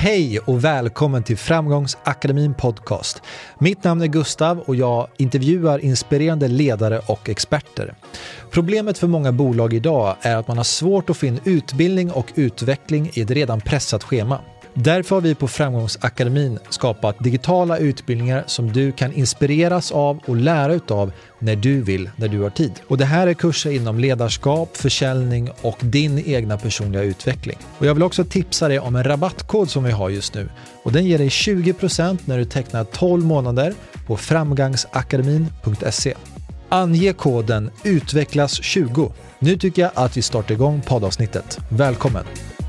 Hej och välkommen till Framgångsakademin podcast. Mitt namn är Gustav och jag intervjuar inspirerande ledare och experter. Problemet för många bolag idag är att man har svårt att få in utbildning och utveckling i ett redan pressat schema. Därför har vi på Framgångsakademin skapat digitala utbildningar som du kan inspireras av och lära utav när du vill, när du har tid. Och det här är kurser inom ledarskap, försäljning och din egna personliga utveckling. Och jag vill också tipsa dig om en rabattkod som vi har just nu. Och den ger dig 20% när du tecknar 12 månader på framgangsakademin.se. Ange koden UTVECKLAS20. Nu tycker jag att vi startar igång poddavsnittet. Välkommen!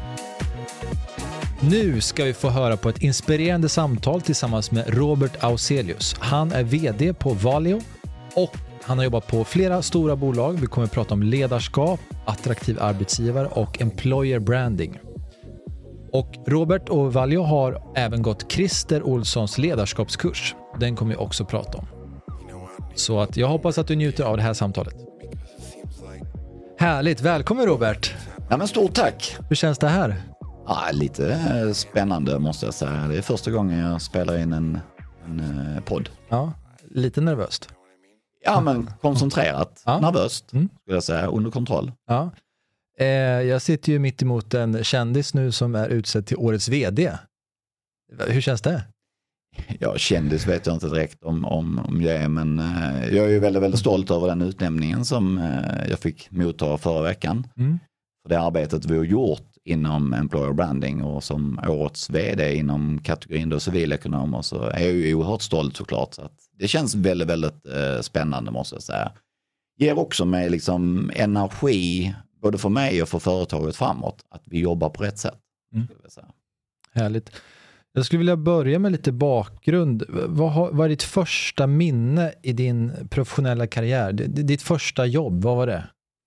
Nu ska vi få höra på ett inspirerande samtal tillsammans med Robert Auselius. Han är vd på Valio och han har jobbat på flera stora bolag. Vi kommer att prata om ledarskap, attraktiv arbetsgivare och employer branding. Och Robert och Valio har även gått Christer Olssons ledarskapskurs. Den kommer vi också prata om. Så att jag hoppas att du njuter av det här samtalet. Härligt, välkommen Robert! Ja, men stort tack! Hur känns det här? Ja, lite spännande måste jag säga. Det är första gången jag spelar in en podd. Ja, lite nervöst. Ja, men koncentrerat. Ja. Nervöst, skulle jag säga. Under kontroll. Ja. Jag sitter ju mitt emot en kändis nu som är utsedd till årets vd. Hur känns det? Ja, kändis vet jag inte direkt om jag är, men jag är ju väldigt, väldigt stolt över den utnämningen som jag fick motta förra veckan. För det arbetet vi har gjort inom employer branding och som årets vd inom kategorin då civilekonomer, så är jag ju oerhört stolt såklart. Så att det känns väldigt, väldigt spännande måste jag säga. Ger också mig liksom energi både för mig och för företaget framåt att vi jobbar på rätt sätt. Skulle jag säga. Härligt. Jag skulle vilja börja med lite bakgrund. Vad är ditt första minne i din professionella karriär? Ditt första jobb, vad var det?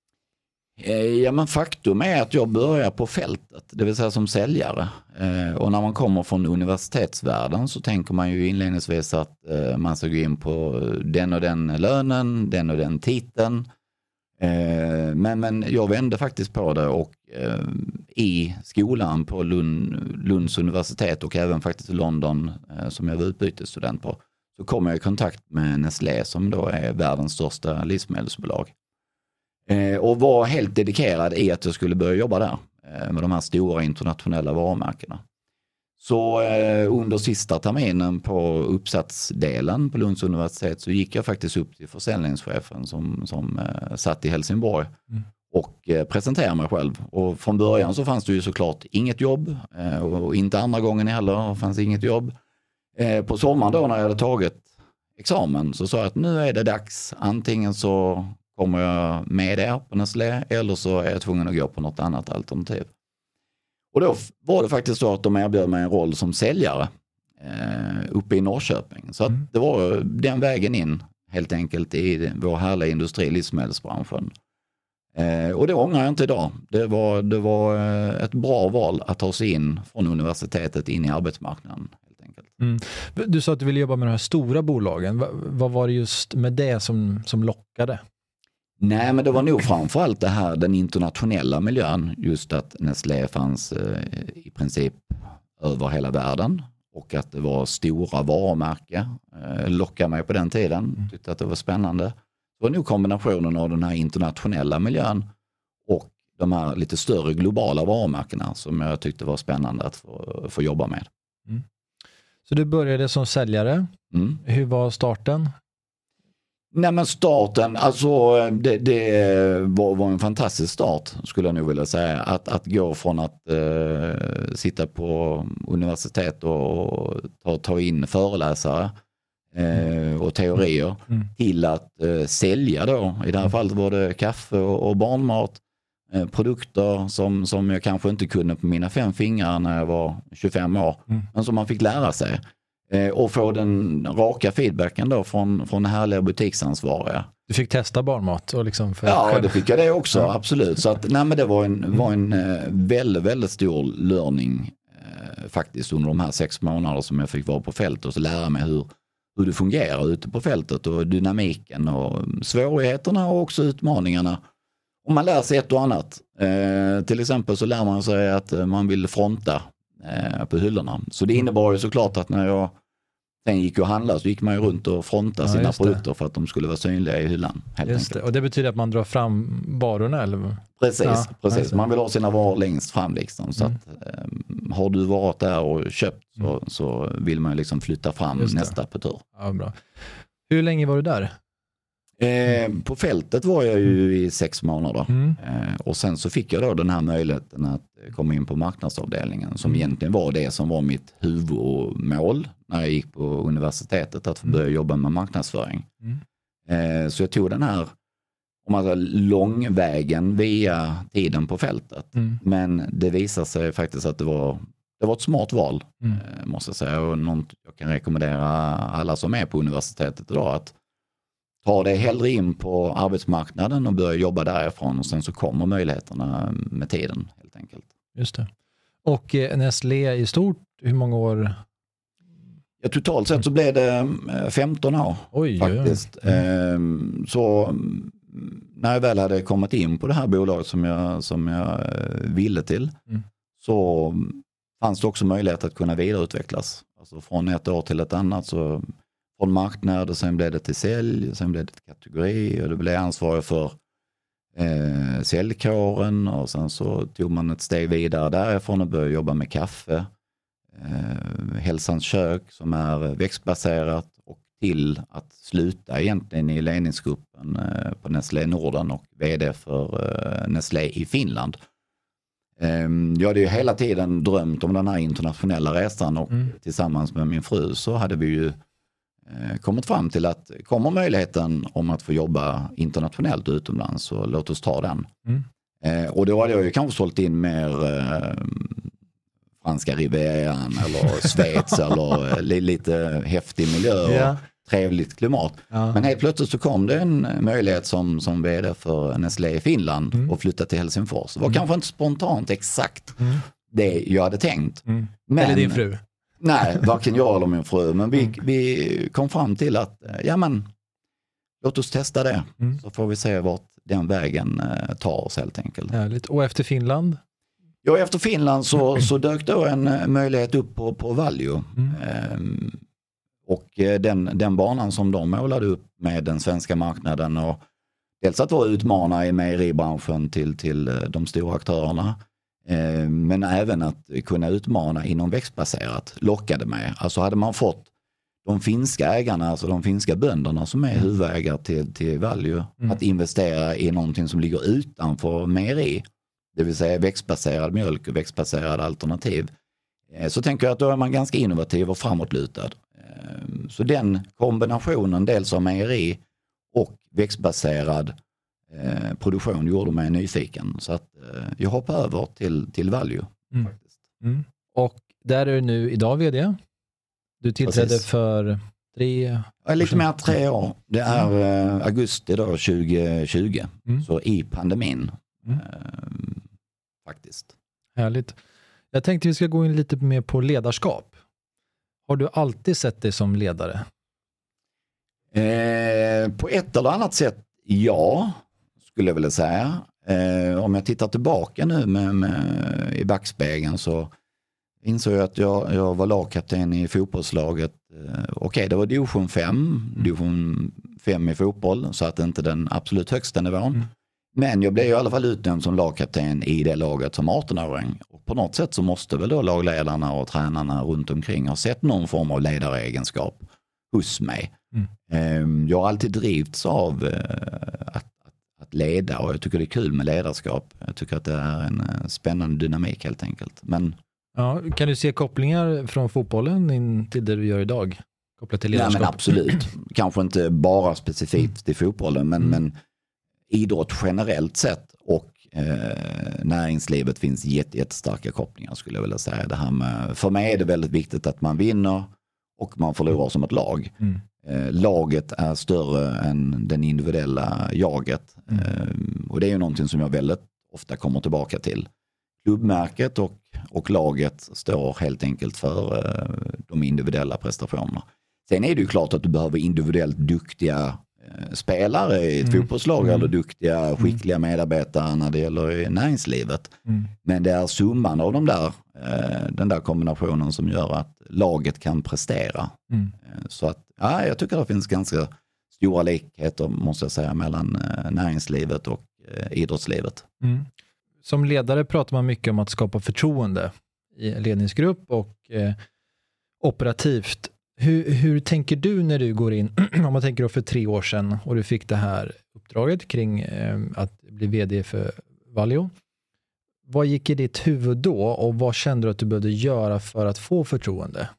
Ja, men faktum är att jag börjar på fältet, det vill säga som säljare. Och när man kommer från universitetsvärlden så tänker man ju inledningsvis att man ska gå in på den och den lönen, den och den titeln. Men jag vände faktiskt på det och i skolan på Lunds universitet och även faktiskt i London som jag var utbytesstudent på, så kom jag i kontakt med Nestlé som då är världens största livsmedelsbolag. Och var helt dedikerad i att jag skulle börja jobba där med de här stora internationella varumärkena. Så under sista terminen på uppsatsdelen på Lunds universitet så gick jag faktiskt upp till försäljningschefen som satt i Helsingborg och presenterade mig själv. Och från början så fanns det ju såklart inget jobb och inte andra gången heller fanns inget jobb. På sommaren då när jag hade tagit examen så sa jag att nu är det dags, antingen så kommer jag med er på Nestlé eller så är jag tvungen att gå på något annat alternativ. Och då var det faktiskt så att de erbjöd mig en roll som säljare uppe i Norrköping. Så att det var den vägen in helt enkelt i vår härliga industri, livsmedelsbranschen. Och det ångrar jag inte idag. Det var ett bra val att ta sig in från universitetet in i arbetsmarknaden helt enkelt. Du sa att du ville jobba med de här stora bolagen. Vad var det just med det som lockade? Nej, men det var nog framförallt det här, den internationella miljön, just att Nestlé fanns i princip över hela världen och att det var stora varumärken, lockade mig på den tiden, tyckte att det var spännande. Det var nog kombinationen av den här internationella miljön och de här lite större globala varumärkena som jag tyckte var spännande att få jobba med. Så du började som säljare. Hur var starten? Nej, men starten, alltså det var en fantastisk start skulle jag nog vilja säga. Att gå från att sitta på universitet och ta in föreläsare och teorier till att sälja då. I det här fallet var det kaffe och barnmat, produkter som jag kanske inte kunde på mina 5 fingrar när jag var 25 år. Men som man fick lära sig. Och få den raka feedbacken då från härliga butiksansvariga. Du fick testa barnmat och liksom ja, det fick jag det också, absolut. Så att, nej, men det var en väldigt, väldigt stor learning faktiskt under de här 6 månader som jag fick vara på fältet och så lära mig hur det fungerar ute på fältet och dynamiken och svårigheterna och också utmaningarna. Och man lär sig ett och annat. Till exempel så lär man sig att man vill fronta på hyllorna. Så det innebar ju såklart att när jag sen gick och handlade så gick man ju runt och frontade sina produkter för att de skulle vara synliga i hyllan. Helt enkelt. Och det betyder att man drar fram varorna? Eller? Precis. Man vill ha sina varor längst fram liksom. Så att, har du varit där och köpt så vill man liksom flytta fram nästa på tur. Ja, bra. Hur länge var du där? På fältet var jag ju i 6 månader. Och sen så fick jag då den här möjligheten att komma in på marknadsavdelningen som egentligen var det som var mitt huvudmål när jag gick på universitetet, att få börja jobba med marknadsföring. Så jag tog den här långvägen via tiden på fältet. Men det visade sig faktiskt att det var ett smart val, måste jag säga. Och något jag kan rekommendera alla som är på universitetet idag, att ta det hellre in på arbetsmarknaden och börja jobba därifrån, och sen så kommer möjligheterna med tiden helt enkelt. Just det. Och Nestlé i stort, hur många år? Ja, totalt sett så blev det 15 år faktiskt. Så när jag väl hade kommit in på det här bolaget som jag ville till, så fanns det också möjlighet att kunna vidareutvecklas. Alltså från ett år till ett annat, så från marknad, och sen blev det till sälj, och sen blev det till kategori, och det blev ansvarig för säljkåren, och sen så tog man ett steg vidare därifrån och började jobba med kaffe, Hälsans kök som är växtbaserat, och till att sluta egentligen i ledningsgruppen på Nestlé Norden och vd för Nestlé i Finland. Jag hade ju hela tiden drömt om den här internationella resan, och tillsammans med min fru så hade vi ju kommit fram till att kommer möjligheten om att få jobba internationellt utomlands, så låt oss ta den. Och då hade jag ju kanske sålt in mer franska Rivieran eller Schweiz eller lite häftig miljö och trevligt klimat. Men helt plötsligt så kom det en möjlighet som vd för Nestlé i Finland och flytta till Helsingfors. Det var kanske inte spontant exakt det jag hade tänkt. Men, eller din fru? Nej, varken jag eller min fru. Men vi kom fram till att låt oss testa det. Så får vi se vart den vägen tar oss helt enkelt. Härligt. Och efter Finland? Ja, efter Finland så dök då en möjlighet upp på Value. Och den banan som de målade upp med den svenska marknaden, och dels att vara utmanare i mejeribranschen till de stora aktörerna, men även att kunna utmana inom växtbaserat lockade mig. Alltså hade man fått de finska ägarna, alltså de finska bönderna som är huvudägare till Value, att investera i någonting som ligger utanför mejeri, det vill säga växtbaserad mjölk och växtbaserad alternativ, så tänker jag att då är man ganska innovativ och framåtlutad. Så den kombinationen, dels av mejeri och växtbaserad produktion, gjorde mig nyfiken. Så att jag hoppade över till Value. Faktiskt. Och där är du nu idag vd. Du tillträdde för 3 år. Lite mer 3 år. Det är augusti då 2020. Så i pandemin. Faktiskt. Härligt. Jag tänkte vi ska gå in lite mer på ledarskap. Har du alltid sett dig som ledare? På ett eller annat sätt, ja, skulle jag vilja säga. Om jag tittar tillbaka nu i backspegeln, så insåg jag att jag var lagkapten i fotbollslaget. Okej, det var division 5 i fotboll, så att inte den absolut högsta nivån. Men jag blev i alla fall utnämnd som lagkapten i det laget som 18-åring. Och på något sätt så måste väl då lagledarna och tränarna runt omkring ha sett någon form av ledaregenskap hos mig. Jag har alltid drivits av att leda, och jag tycker det är kul med ledarskap. Jag tycker att det är en spännande dynamik helt enkelt. Men kan du se kopplingar från fotbollen in till det du gör idag? Kopplat till ledarskap? Ja, men absolut. Kanske inte bara specifikt till fotbollen, men idrott generellt sett och näringslivet finns jättestarka kopplingar, skulle jag vilja säga. Det här med, för mig är det väldigt viktigt att man vinner och man förlorar som ett lag. Laget är större än den individuella jaget. Och det är ju någonting som jag väldigt ofta kommer tillbaka till. Klubbmärket och laget står helt enkelt för de individuella prestationerna. Sen är det ju klart att du behöver individuellt duktiga spelare i ett fotbollslag eller duktiga, skickliga medarbetare när det gäller näringslivet. Men det är summan av den där kombinationen som gör att laget kan prestera. Så att jag tycker det finns ganska stora likheter, måste jag säga, mellan näringslivet och idrottslivet. Som ledare pratar man mycket om att skapa förtroende i ledningsgrupp och operativt. Hur tänker du när du går in, om man tänker då för 3 år sedan och du fick det här uppdraget kring att bli vd för Valio? Vad gick i ditt huvud då och vad kände du att du behövde göra för att få förtroende?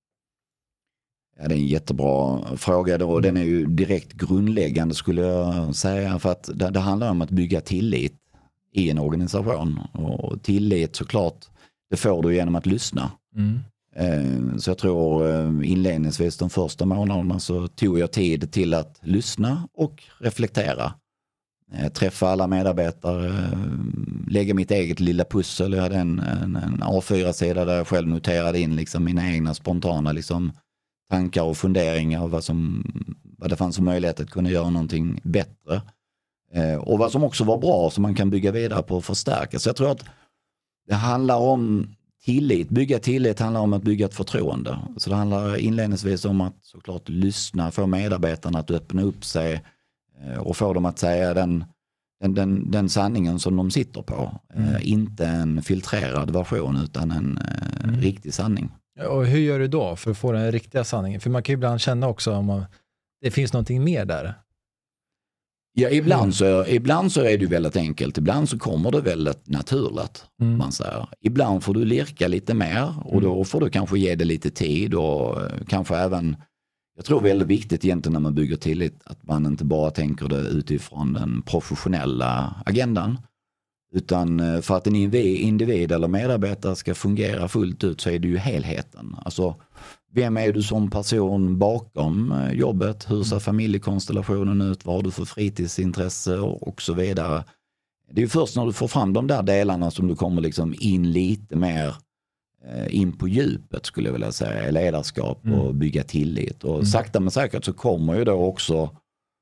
Ja, det är en jättebra fråga då. Den är ju direkt grundläggande, skulle jag säga, för att det handlar om att bygga tillit i en organisation. Och tillit, såklart, det får du genom att lyssna. Så jag tror inledningsvis de första månaderna så tog jag tid till att lyssna och reflektera. Träffa alla medarbetare, lägga mitt eget lilla pussel. Jag hade en A4-sida där jag själv noterade in liksom mina egna spontana liksom tankar och funderingar och vad det fanns för möjlighet att kunna göra någonting bättre. Och vad som också var bra som man kan bygga vidare på och förstärka. Så jag tror att det handlar om tillit. Bygga tillit handlar om att bygga ett förtroende. Så det handlar inledningsvis om att såklart lyssna, få medarbetarna att öppna upp sig och få dem att säga den sanningen som de sitter på. Inte en filtrerad version utan en riktig sanning. Och hur gör du då för att få den riktiga sanningen? För man kan ju ibland känna också om det finns någonting mer där. Ja, ibland så är det väldigt enkelt. Ibland så kommer det väldigt naturligt. Man säger. Ibland får du lirka lite mer och då får du kanske ge det lite tid och kanske även, jag tror väldigt viktigt egentligen när man bygger tillit att man inte bara tänker det utifrån den professionella agendan. Utan för att en individ eller medarbetare ska fungera fullt ut så är det ju helheten. Alltså, vem är du som person bakom jobbet? Hur ser familjekonstellationen ut? Vad har du för fritidsintresse och så vidare? Det är ju först när du får fram de där delarna som du kommer liksom in lite mer in på djupet, skulle jag vilja säga. Ledarskap och bygga tillit. Och sakta men säkert så kommer ju då också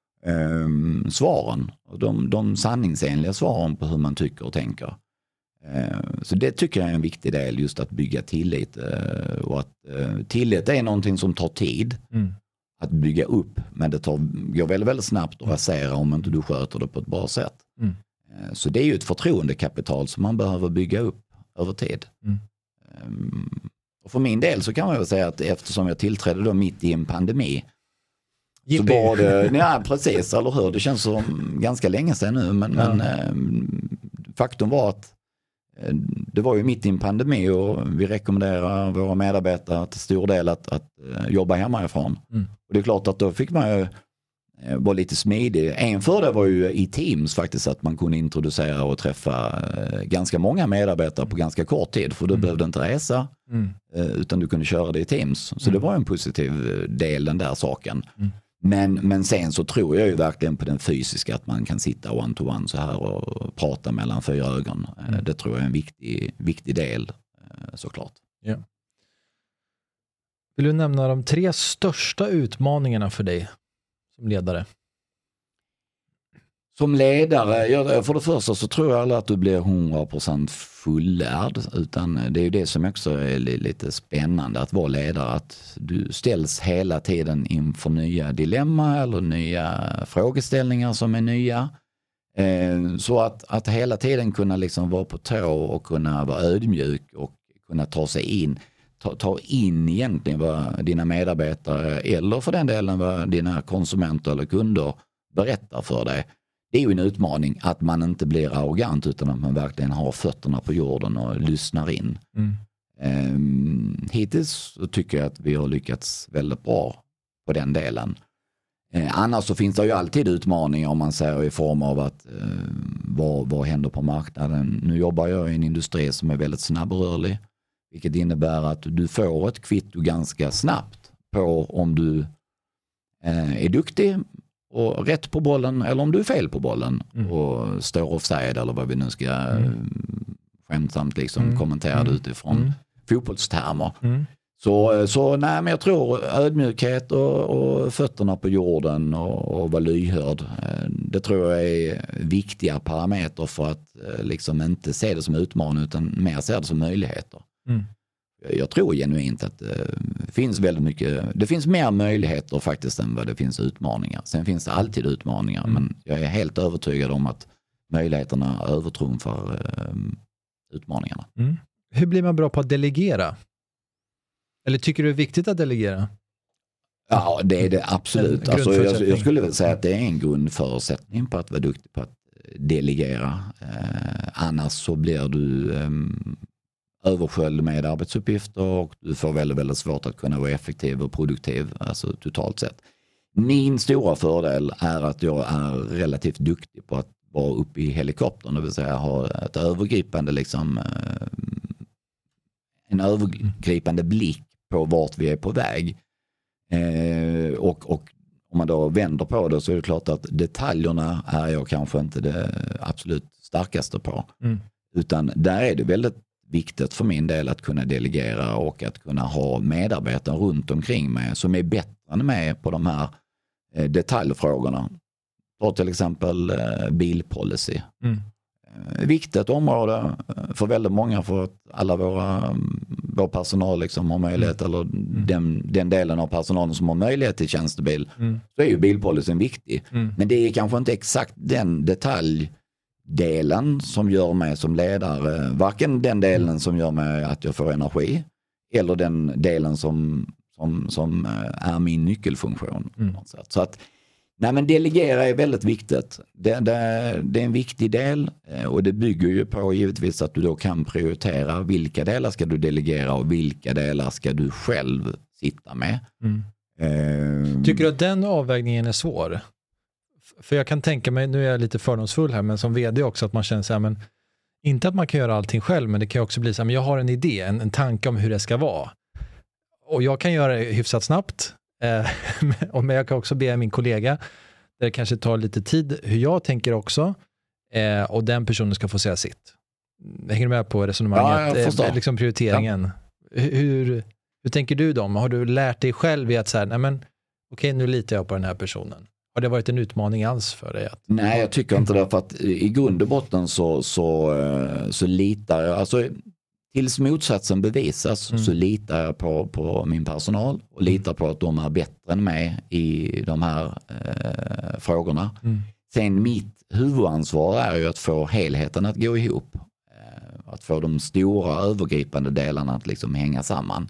svaren. De sanningsenliga svaren på hur man tycker och tänker. Så det tycker jag är en viktig del, just att bygga tillit. Och att tillit är någonting som tar tid att bygga upp. Men det går väldigt, väldigt snabbt att rasera om inte du sköter det på ett bra sätt. Så det är ju ett förtroendekapital som man behöver bygga upp över tid. Och för min del så kan man väl säga att eftersom jag tillträdde då mitt i en pandemi så var det, ja precis, eller hur, det känns som ganska länge sedan nu, men faktum var att det var ju mitt i en pandemi och vi rekommenderar våra medarbetare till stor del att jobba hemifrån. Och det är klart att då fick man ju vara lite smidig. En fördel var ju i Teams faktiskt att man kunde introducera och träffa ganska många medarbetare på ganska kort tid, för du behövde inte resa utan du kunde köra det i Teams. Så det var en positiv del, den där saken. Men sen så tror jag ju verkligen på den fysiska, att man kan sitta one-to-one så här och prata mellan 4 ögon. Det tror jag är en viktig del, såklart. Ja. Vill du nämna de 3 största utmaningarna för dig som ledare? Som ledare, för det första så tror jag aldrig att du blir 100% fullärd, utan det är ju det som också är lite spännande att vara ledare, att du ställs hela tiden inför nya dilemma eller nya frågeställningar som är nya. Så att hela tiden kunna liksom vara på tå och kunna vara ödmjuk och kunna ta sig in, ta in egentligen vad dina medarbetare eller för den delen vad dina konsumenter eller kunder berättar för dig. Det är ju en utmaning att man inte blir arrogant utan att man verkligen har fötterna på jorden och lyssnar in. Hittills så tycker jag att vi har lyckats väldigt bra på den delen. Annars så finns det ju alltid utmaningar, om man säger, i form av att vad händer på marknaden. Nu jobbar jag i en industri som är väldigt snabbrörlig, vilket innebär att du får ett kvitto ganska snabbt på om du är duktig och rätt på bollen eller om du är fel på bollen och står offside eller vad vi nu ska skämtsamt liksom kommentera det utifrån fotbollstermer. Så nej, men jag tror ödmjukhet och fötterna på jorden och vara lyhörd. Det tror jag är viktiga parametrar för att liksom inte se det som utmaning utan mer se det som möjligheter. Mm. Jag tror genuint att det finns väldigt mycket, det finns mer möjligheter faktiskt än vad det finns utmaningar. Sen finns det alltid utmaningar, men jag är helt övertygad om att möjligheterna övertrumfar utmaningarna. Mm. Hur blir man bra på att delegera? Eller tycker du det är viktigt att delegera? Ja, det är det absolut. Alltså, jag skulle väl säga att det är en grundförutsättning på att vara duktig på att delegera. Annars så blir du översköljd med arbetsuppgifter och du får väldigt, väldigt svårt att kunna vara effektiv och produktiv, alltså totalt sett. Min stora fördel är att jag är relativt duktig på att vara uppe i helikoptern, det vill säga ha ett övergripande liksom, en övergripande blick på vart vi är på väg. Och om man då vänder på det så är det klart att detaljerna är jag kanske inte det absolut starkaste på. Utan där är det väldigt viktigt för min del att kunna delegera och att kunna ha medarbetare runt omkring mig som är bättre med på de här detaljfrågorna. Ta till exempel bilpolicy. Viktigt område för väldigt många för att alla vår personal liksom har möjlighet eller den delen av personalen som har möjlighet till tjänstebil så är ju bilpolicyn viktig. Men det är kanske inte exakt den detaljdelen som gör mig som ledare, varken den delen som gör mig att jag får energi eller den delen som är min nyckelfunktion. Så att nej, men delegera är väldigt viktigt. Det är en viktig del och det bygger ju på givetvis att du då kan prioritera vilka delar ska du delegera och vilka delar ska du själv sitta med. Tycker du att den avvägningen är svår? För jag kan tänka mig, nu är jag lite fördomsfull här, men som vd också att man känner så här, men inte att man kan göra allting själv, men det kan också bli så här, men jag har en idé, en tanke om hur det ska vara. Och jag kan göra det hyfsat snabbt. Men jag kan också be min kollega där det kanske tar lite tid hur jag tänker också och den personen ska få säga sitt. Hänger du med på resonemanget? Ja, liksom prioriteringen. Ja. Hur tänker du då? Har du lärt dig själv i att så här, nej men okej, nu litar jag på den här personen. Har det varit en utmaning alls för dig? Nej, jag tycker inte det, för att i grund och botten så litar jag, alltså tills motsatsen bevisas så litar jag på min personal och litar på att de är bättre än mig i de här frågorna. Sen mitt huvudansvar är ju att få helheten att gå ihop. Att få de stora övergripande delarna att liksom hänga samman.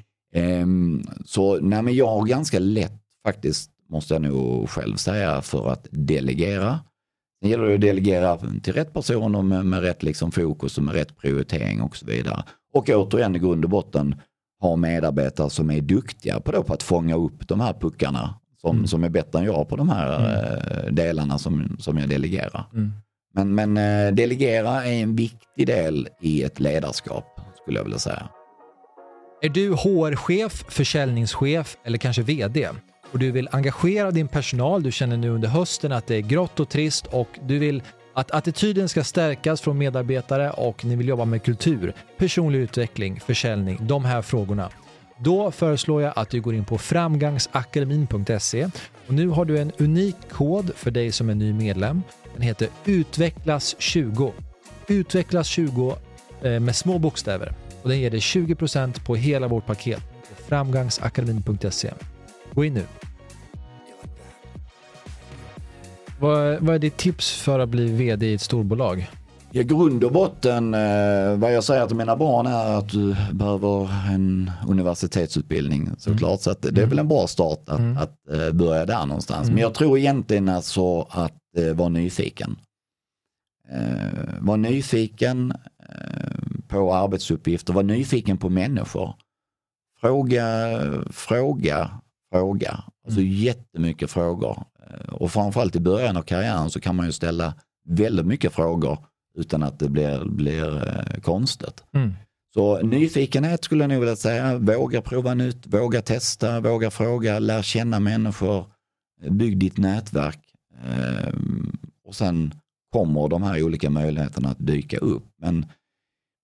Så nej, men jag har ganska lätt faktiskt, måste jag nog själv säga, för att delegera. Det gäller att delegera till rätt personer med rätt liksom fokus och med rätt prioritering och så vidare. Och återigen i grund och botten ha medarbetare som är duktiga på att fånga upp de här puckarna som är bättre än jag på de här delarna som jag delegerar. Men delegera är en viktig del i ett ledarskap, skulle jag vilja säga. Är du HR-chef, försäljningschef eller kanske vd? Och du vill engagera din personal, du känner nu under hösten att det är grått och trist och du vill att attityden ska stärkas från medarbetare och ni vill jobba med kultur, personlig utveckling, försäljning, de här frågorna. Då föreslår jag att du går in på framgangsakademin.se och nu har du en unik kod för dig som är ny medlem. Den heter Utvecklas20. Utvecklas20 med små bokstäver och den ger dig 20% på hela vårt paket på framgangsakademin.se. Gå in nu. Vad är ditt tips för att bli vd i ett storbolag? I grund och botten, vad jag säger till mina barn är att du behöver en universitetsutbildning såklart. Så att det är väl en bra start att börja där någonstans. Men jag tror egentligen alltså att vara nyfiken. Var nyfiken på arbetsuppgifter, var nyfiken på människor. Fråga. Alltså jättemycket frågor. Och framförallt i början av karriären så kan man ju ställa väldigt mycket frågor utan att det blir konstigt. Så nyfikenhet skulle jag nog vilja säga. Våga prova nytt, våga testa, våga fråga, lär känna människor, bygg ditt nätverk. Och sen kommer de här olika möjligheterna att dyka upp. Men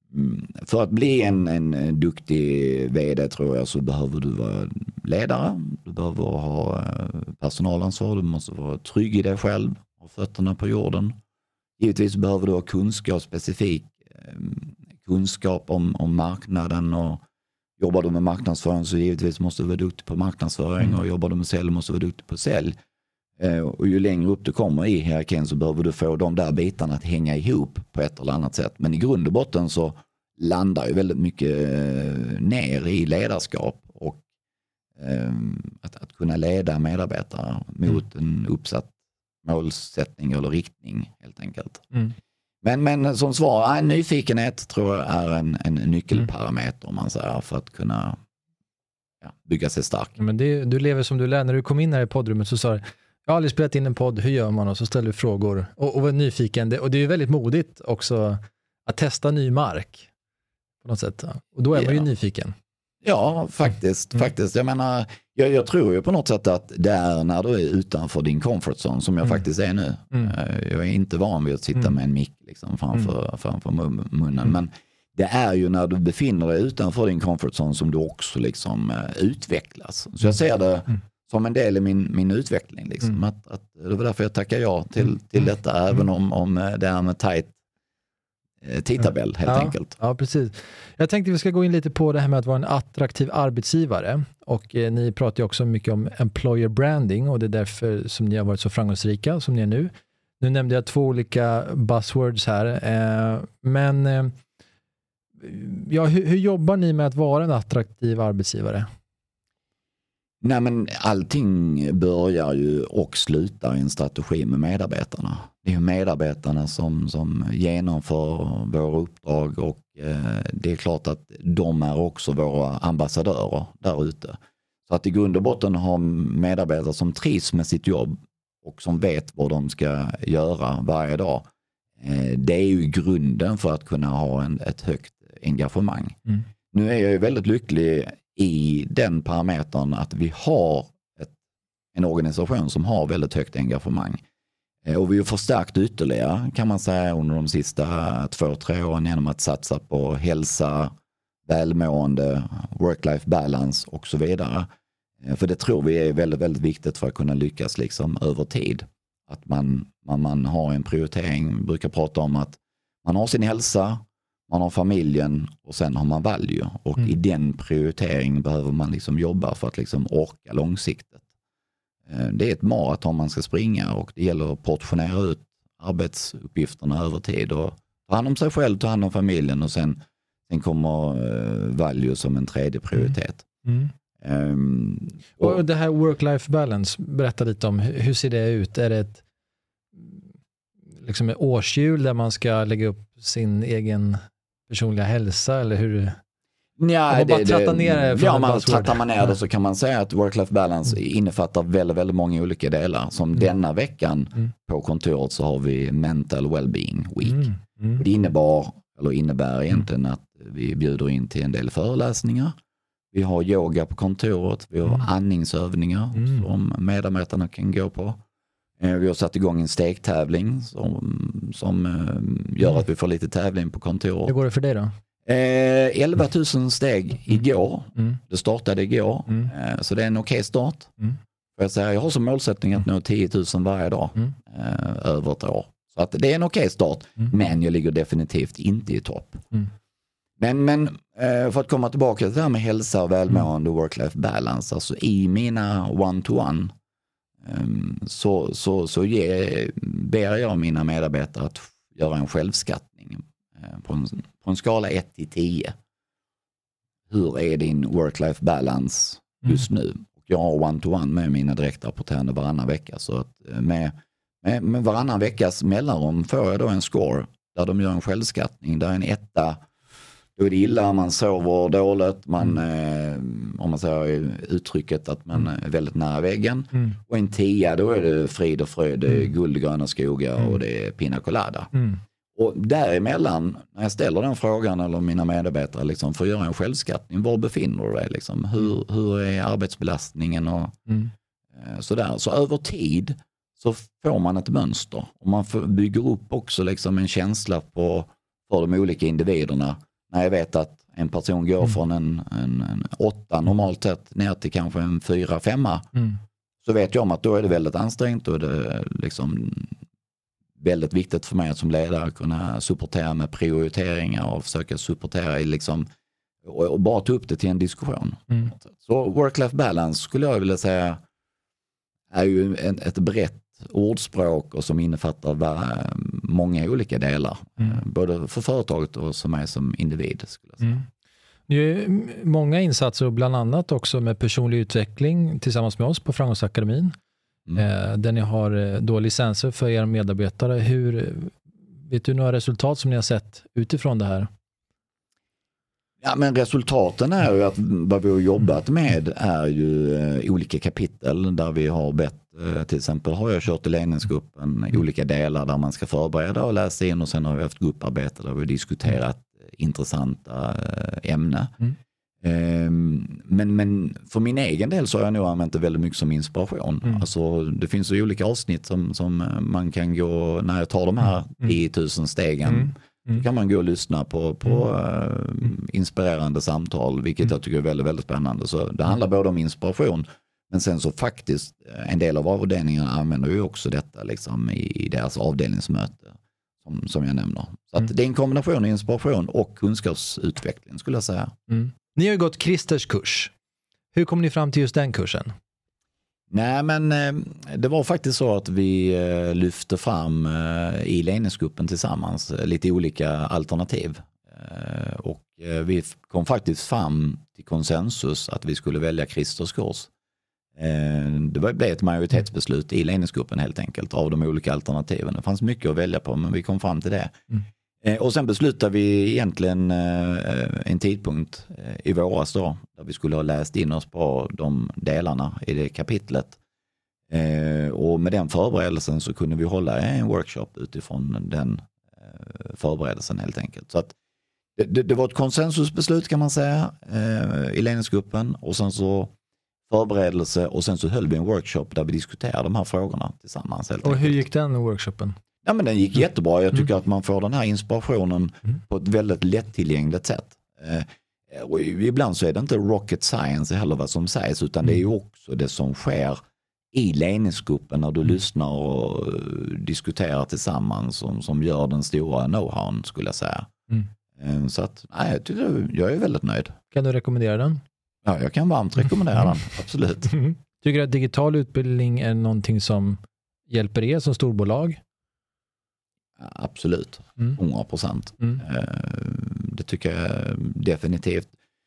För att bli en duktig vd tror jag så behöver du vara ledare. Du behöver ha personalansvar. Du måste vara trygg i dig själv. Ha fötterna på jorden. Givetvis behöver du ha kunskap, specifik kunskap om marknaden. Och jobbar du med marknadsföring så givetvis måste du vara duktig på marknadsföring. Och jobbar du med sälj måste du vara duktig på sälj. Och ju längre upp du kommer i hierarkin så behöver du få de där bitarna att hänga ihop på ett eller annat sätt. Men i grund och botten så landar ju väldigt mycket ner i ledarskap och att kunna leda medarbetare mot en uppsatt målsättning eller riktning helt enkelt. Men som svar, nyfikenhet tror jag är en nyckelparameter om man säger, för att kunna bygga sig stark. Men du lever som du lär. När du kom in här i poddrummet så sa du, jag har aldrig spelat in en podd, hur gör man? Och så ställer du frågor och var nyfiken. Och det är ju väldigt modigt också att testa ny mark på något sätt. Och då är man ju nyfiken. Ja, faktiskt. Jag menar, jag tror ju på något sätt att det är när du är utanför din comfort zone som jag faktiskt är nu. Jag är inte van vid att sitta med en mick liksom framför munnen. Men det är ju när du befinner dig utanför din comfort zone som du också liksom utvecklas. Så jag ser det som en del i min utveckling. Liksom. Att det var därför jag tackar ja till detta, även om det är med tajt tidtabell helt enkelt. Ja, precis. Jag tänkte vi ska gå in lite på det här med att vara en attraktiv arbetsgivare. Och ni pratar ju också mycket om employer branding och det är därför som ni har varit så framgångsrika som ni är nu. Nu nämnde jag 2 olika buzzwords här. Men hur jobbar ni med att vara en attraktiv arbetsgivare? Nej, men allting börjar ju och slutar i en strategi med medarbetarna. Det är ju medarbetarna som genomför våra uppdrag och det är klart att de är också våra ambassadörer där ute. Så att i grund och botten ha medarbetare som trivs med sitt jobb och som vet vad de ska göra varje dag. Det är ju grunden för att kunna ha ett högt engagemang. Nu är jag ju väldigt lycklig i den parametern att vi har en organisation som har väldigt högt engagemang. Och vi har förstärkt ytterligare kan man säga under de sista 2-3 åren genom att satsa på hälsa, välmående, work-life balance och så vidare. För det tror vi är väldigt, väldigt viktigt för att kunna lyckas liksom över tid. Att man har en prioritering. Vi brukar prata om att man har sin hälsa, man har familjen och sen har man value. Och i den prioriteringen behöver man liksom jobba för att liksom orka långsiktigt. Det är ett maraton man ska springa och det gäller att portionera ut arbetsuppgifterna över tid och ta hand om sig själv, ta hand om familjen och sen kommer value som en tredje prioritet. Och det här work-life balance, berätta lite om hur ser det ut? Är det ett liksom ett årshjul där man ska lägga upp sin egen personliga hälsa eller hur? Ja, om man trattar man ner det så kan man säga att work-life balance innefattar väldigt, väldigt många olika delar. Som denna veckan på kontoret så har vi mental well-being week. Det innebär egentligen att vi bjuder in till en del föreläsningar. Vi har yoga på kontoret, vi har andningsövningar som medarbetarna kan gå på. Vi har satt igång en stegtävling som gör att vi får lite tävling på kontoret. Hur går det för dig då? 11 000 steg igår. Det startade igår. Så det är en okej start. Jag har som målsättning att nå 10 000 varje dag över ett år. Så att det är en okej start. Men jag ligger definitivt inte i topp. Men för att komma tillbaka till det här med hälsa och välmående och work-life balance. Alltså i mina one-to-one så ber jag mina medarbetare att göra en självskattning på en skala 1-10. Hur är din work-life balance just nu? Och jag har one-to-one med mina direktrapporterande varannan vecka. Så att med varannan veckas mellanrum får jag då en score där de gör en självskattning. Där en 1, då är det illa, man sover dåligt, om man säger uttrycket att man är väldigt nära väggen. Och en 10, då är det frid och fröjd, det är guldgröna skogar och det är pina colada. Och däremellan, när jag ställer den frågan eller mina medarbetare liksom, för att göra en självskattning, var befinner du dig? Liksom? Hur är arbetsbelastningen? Och sådär. Så över tid så får man ett mönster. Och man bygger upp också liksom en känsla för de olika individerna. när jag vet att en person går från en 8 normalt sett ner till kanske en 4-5, så vet jag om att då är det väldigt ansträngt och det är liksom väldigt viktigt för mig att som ledare att kunna supportera med prioriteringar och försöka supportera i liksom, och bara ta upp det till en diskussion. Så work-life balance skulle jag vilja säga är ju ett brett ordspråk och som innefattar många olika delar. Både för företaget och som mig som individ skulle jag säga. Det är många insatser och bland annat också med personlig utveckling tillsammans med oss på Framgångsakademin. Där ni har då licenser för era medarbetare. Vet du några resultat som ni har sett utifrån det här? Ja, men resultaten är ju att vad vi har jobbat med är ju olika kapitel där vi har bett, till exempel har jag kört i ledningsgruppen i olika delar där man ska förbereda och läsa in och sen har vi haft grupparbete där vi har diskuterat intressanta ämnen. Men för min egen del så har jag nog använt det väldigt mycket som inspiration. Alltså, det finns ju olika avsnitt som man kan gå, när jag tar de här 10 000 stegen så kan man gå och lyssna på inspirerande samtal, vilket jag tycker är väldigt, väldigt spännande. Så det handlar både om inspiration, men sen så faktiskt en del av avdelningarna använder ju också detta liksom i deras avdelningsmöte som jag nämner. Så att det är en kombination av inspiration och kunskapsutveckling skulle jag säga. Ni har ju gått Christers kurs. Hur kom ni fram till just den kursen? Nej, men det var faktiskt så att vi lyfte fram i ledningsgruppen tillsammans lite olika alternativ. Och vi kom faktiskt fram till konsensus att vi skulle välja Christers kurs. Det blev ett majoritetsbeslut i ledningsgruppen helt enkelt av de olika alternativen. Det fanns mycket att välja på, men vi kom fram till det. Och sen beslutade vi egentligen en tidpunkt i våras då, där vi skulle ha läst in oss på de delarna i det kapitlet. Och med den förberedelsen så kunde vi hålla en workshop utifrån den förberedelsen helt enkelt. Så att det var ett konsensusbeslut kan man säga i ledningsgruppen och sen så förberedelse och sen så höll vi en workshop där vi diskuterade de här frågorna tillsammans. Helt enkelt. Hur gick den workshopen? Ja, men den gick jättebra. Jag tycker att man får den här inspirationen på ett väldigt lättillgängligt sätt. Och ibland så är det inte rocket science heller vad som sägs, utan det är ju också det som sker i ledningsgruppen när du lyssnar och diskuterar tillsammans som gör den stora know-how skulle jag säga. Så att nej, jag är väldigt nöjd. Kan du rekommendera den? Ja, jag kan varmt rekommendera den, absolut. Tycker du att digital utbildning är någonting som hjälper er som storbolag? Absolut, 100%. Det tycker jag definitivt.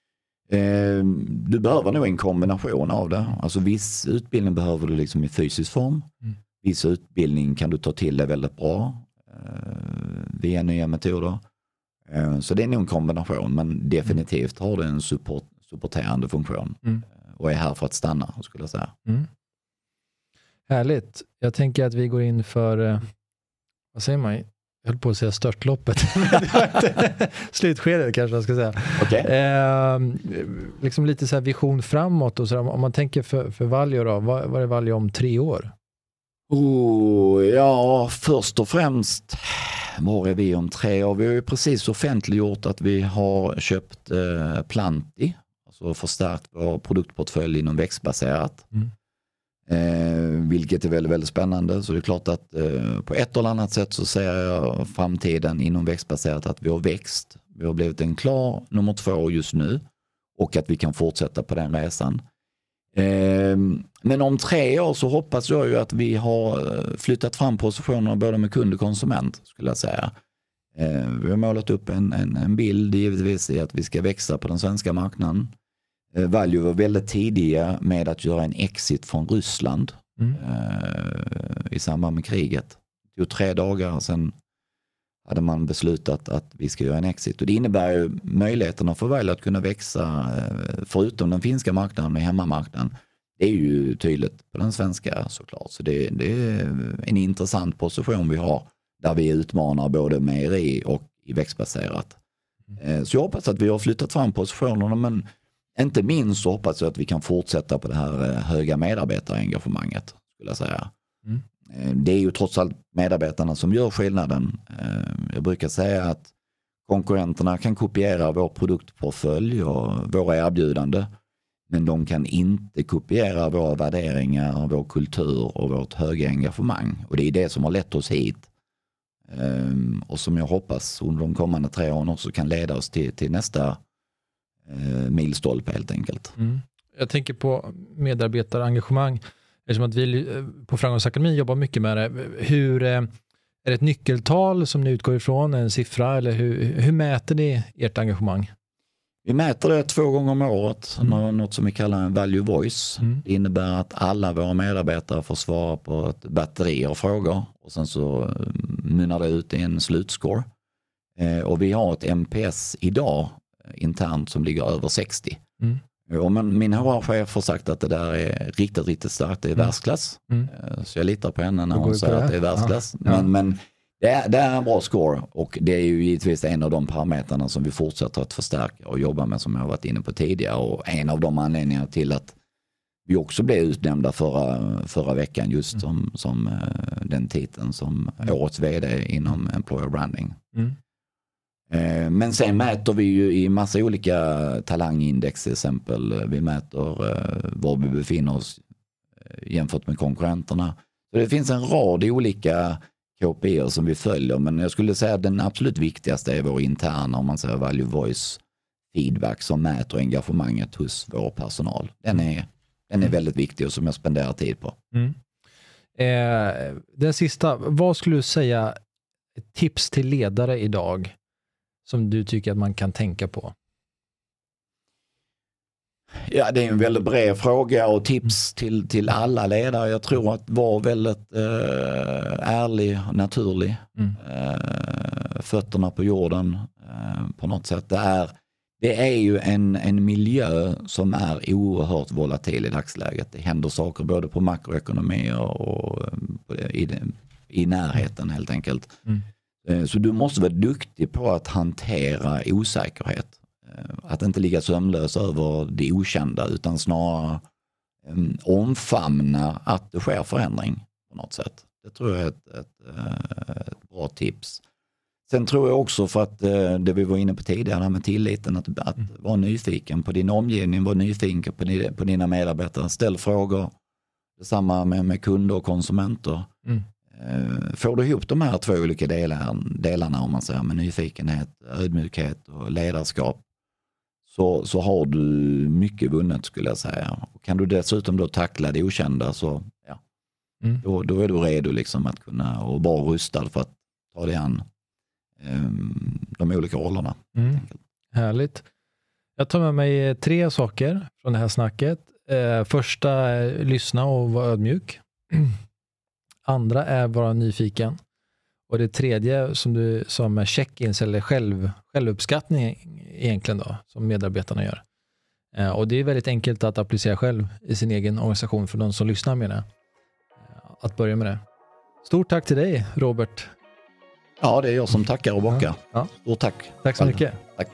Du behöver nog en kombination av det. Alltså viss utbildning behöver du liksom i fysisk form. Viss utbildning kan du ta till det väldigt bra via nya metoder. Så det är nog en kombination, men definitivt har det en supporterande funktion och är här för att stanna skulle jag säga. Härligt. Jag tänker att vi går in för vad säger man? Jag höll på att säga störtloppet. Slutskedet kanske jag ska säga. Okay. Liksom lite så här vision framåt och så där. Om man tänker för Valjo då, vad är Valjo om 3 år? Ja, först och främst var är vi om 3 år? Vi har ju precis offentliggjort att vi har köpt Planti, alltså förstärkt vår produktportfölj inom växtbaserat. Vilket är väldigt, väldigt spännande. Så det är klart att på ett eller annat sätt så ser jag framtiden inom växtbaserat att vi har växt. Vi har blivit en klar nummer 2 just nu och att vi kan fortsätta på den resan. Men om 3 år så hoppas jag ju att vi har flyttat fram positionerna både med kund och konsument skulle jag säga. Vi har målat upp en bild givetvis i att vi ska växa på den svenska marknaden. Valjo var väldigt tidiga med att göra en exit från Ryssland i samband med kriget. Det tog 3 dagar sen hade man beslutat att vi ska göra en exit. Och det innebär ju möjligheterna för Valjo att kunna växa förutom den finska marknaden och hemmamarknaden. Det är ju tydligt på den svenska såklart. Så det är en intressant position vi har där vi utmanar både mejeri och i växtbaserat. Så jag hoppas att vi har flyttat fram positionerna, men inte minst så hoppas jag att vi kan fortsätta på det här höga medarbetarengagemanget skulle jag säga. Det är ju trots allt medarbetarna som gör skillnaden. Jag brukar säga att Konkurrenterna kan kopiera vår produktportfölj och våra erbjudanden, men de kan inte kopiera våra värderingar, vår kultur och vårt höga engagemang. Och det är det som har lett oss hit. Och som jag hoppas under de kommande 3 åren också kan leda oss till nästa milstolpe helt enkelt. Jag tänker på medarbetarengagemang. Eftersom att vi på Framgångsakademin jobbar mycket med det. Är det ett nyckeltal som ni utgår ifrån, en siffra, eller hur mäter ni ert engagemang? Vi mäter det 2 gånger om året, något som vi kallar en value voice. Det innebär att alla våra medarbetare får svara på ett batteri av frågor och sen så mynnar det ut i en slutscore. Och vi har ett MPS idag internt som ligger över 60. Och min HR-chef har sagt att det där är riktigt, riktigt starkt. Det är världsklass. Så jag litar på henne när hon säger att det är världsklass. Ja. Men det är en bra score och det är ju givetvis en av de parametrarna som vi fortsätter att förstärka och jobba med, som jag har varit inne på tidigare. Och en av de anledningarna till att vi också blev utnämnda förra veckan just som den titeln som årets vd inom Employer Branding. Men sen mäter vi ju i massa olika talangindex till exempel. Vi mäter var vi befinner oss jämfört med konkurrenterna. Så det finns en rad olika KPI som vi följer, men jag skulle säga att den absolut viktigaste är vår interna, om man säger value voice feedback, som mäter engagemanget hos vår personal. Den är väldigt viktig och som jag spenderar tid på. Den sista, vad skulle du säga ett tips till ledare idag som du tycker att man kan tänka på? Ja, det är en väldigt bred fråga och tips till alla ledare. Jag tror att vara väldigt ärlig, naturlig. Fötterna på jorden på något sätt. Det är ju en miljö som är oerhört volatil i dagsläget. Det händer saker både på makroekonomi och i närheten helt enkelt. Så du måste vara duktig på att hantera osäkerhet. Att inte ligga sömnlös över det okända, utan snarare omfamna att det sker förändring på något sätt. Det tror jag är ett bra tips. Sen tror jag också, för att det vi var inne på tidigare med tilliten, att vara nyfiken på din omgivning, vara nyfiken på dina medarbetare, ställ frågor. Detsamma med kunder och konsumenter. Får du ihop de här 2 olika delarna, om man säger, med nyfikenhet, ödmjukhet och ledarskap, så har du mycket vunnet, skulle jag säga. Och kan du dessutom då tackla det okända, så då är du redo liksom att kunna och vara rustad för att ta dig an de olika rollerna. Härligt. Jag tar med mig 3 saker från det här snacket. Första är lyssna och vara ödmjuk. Andra är vara nyfiken. Och det tredje som är check-ins eller självuppskattning egentligen då, som medarbetarna gör. Och det är väldigt enkelt att applicera själv i sin egen organisation för de som lyssnar med det. Att börja med det. Stort tack till dig, Robert. Ja, det är jag som tackar och bockar. Ja. Stort tack. Tack så mycket. Tack.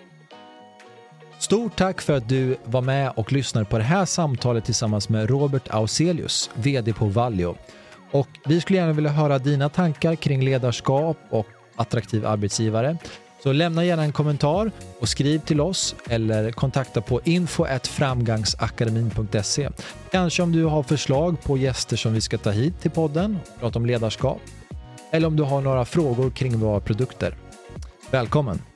Stort tack för att du var med och lyssnade på det här samtalet tillsammans med Robert Auselius, vd på Valio. Och vi skulle gärna vilja höra dina tankar kring ledarskap och attraktiv arbetsgivare. Så lämna gärna en kommentar och skriv till oss eller kontakta på info@framgangsakademin.se. Kanske om du har förslag på gäster som vi ska ta hit till podden och prata om ledarskap. Eller om du har några frågor kring våra produkter. Välkommen!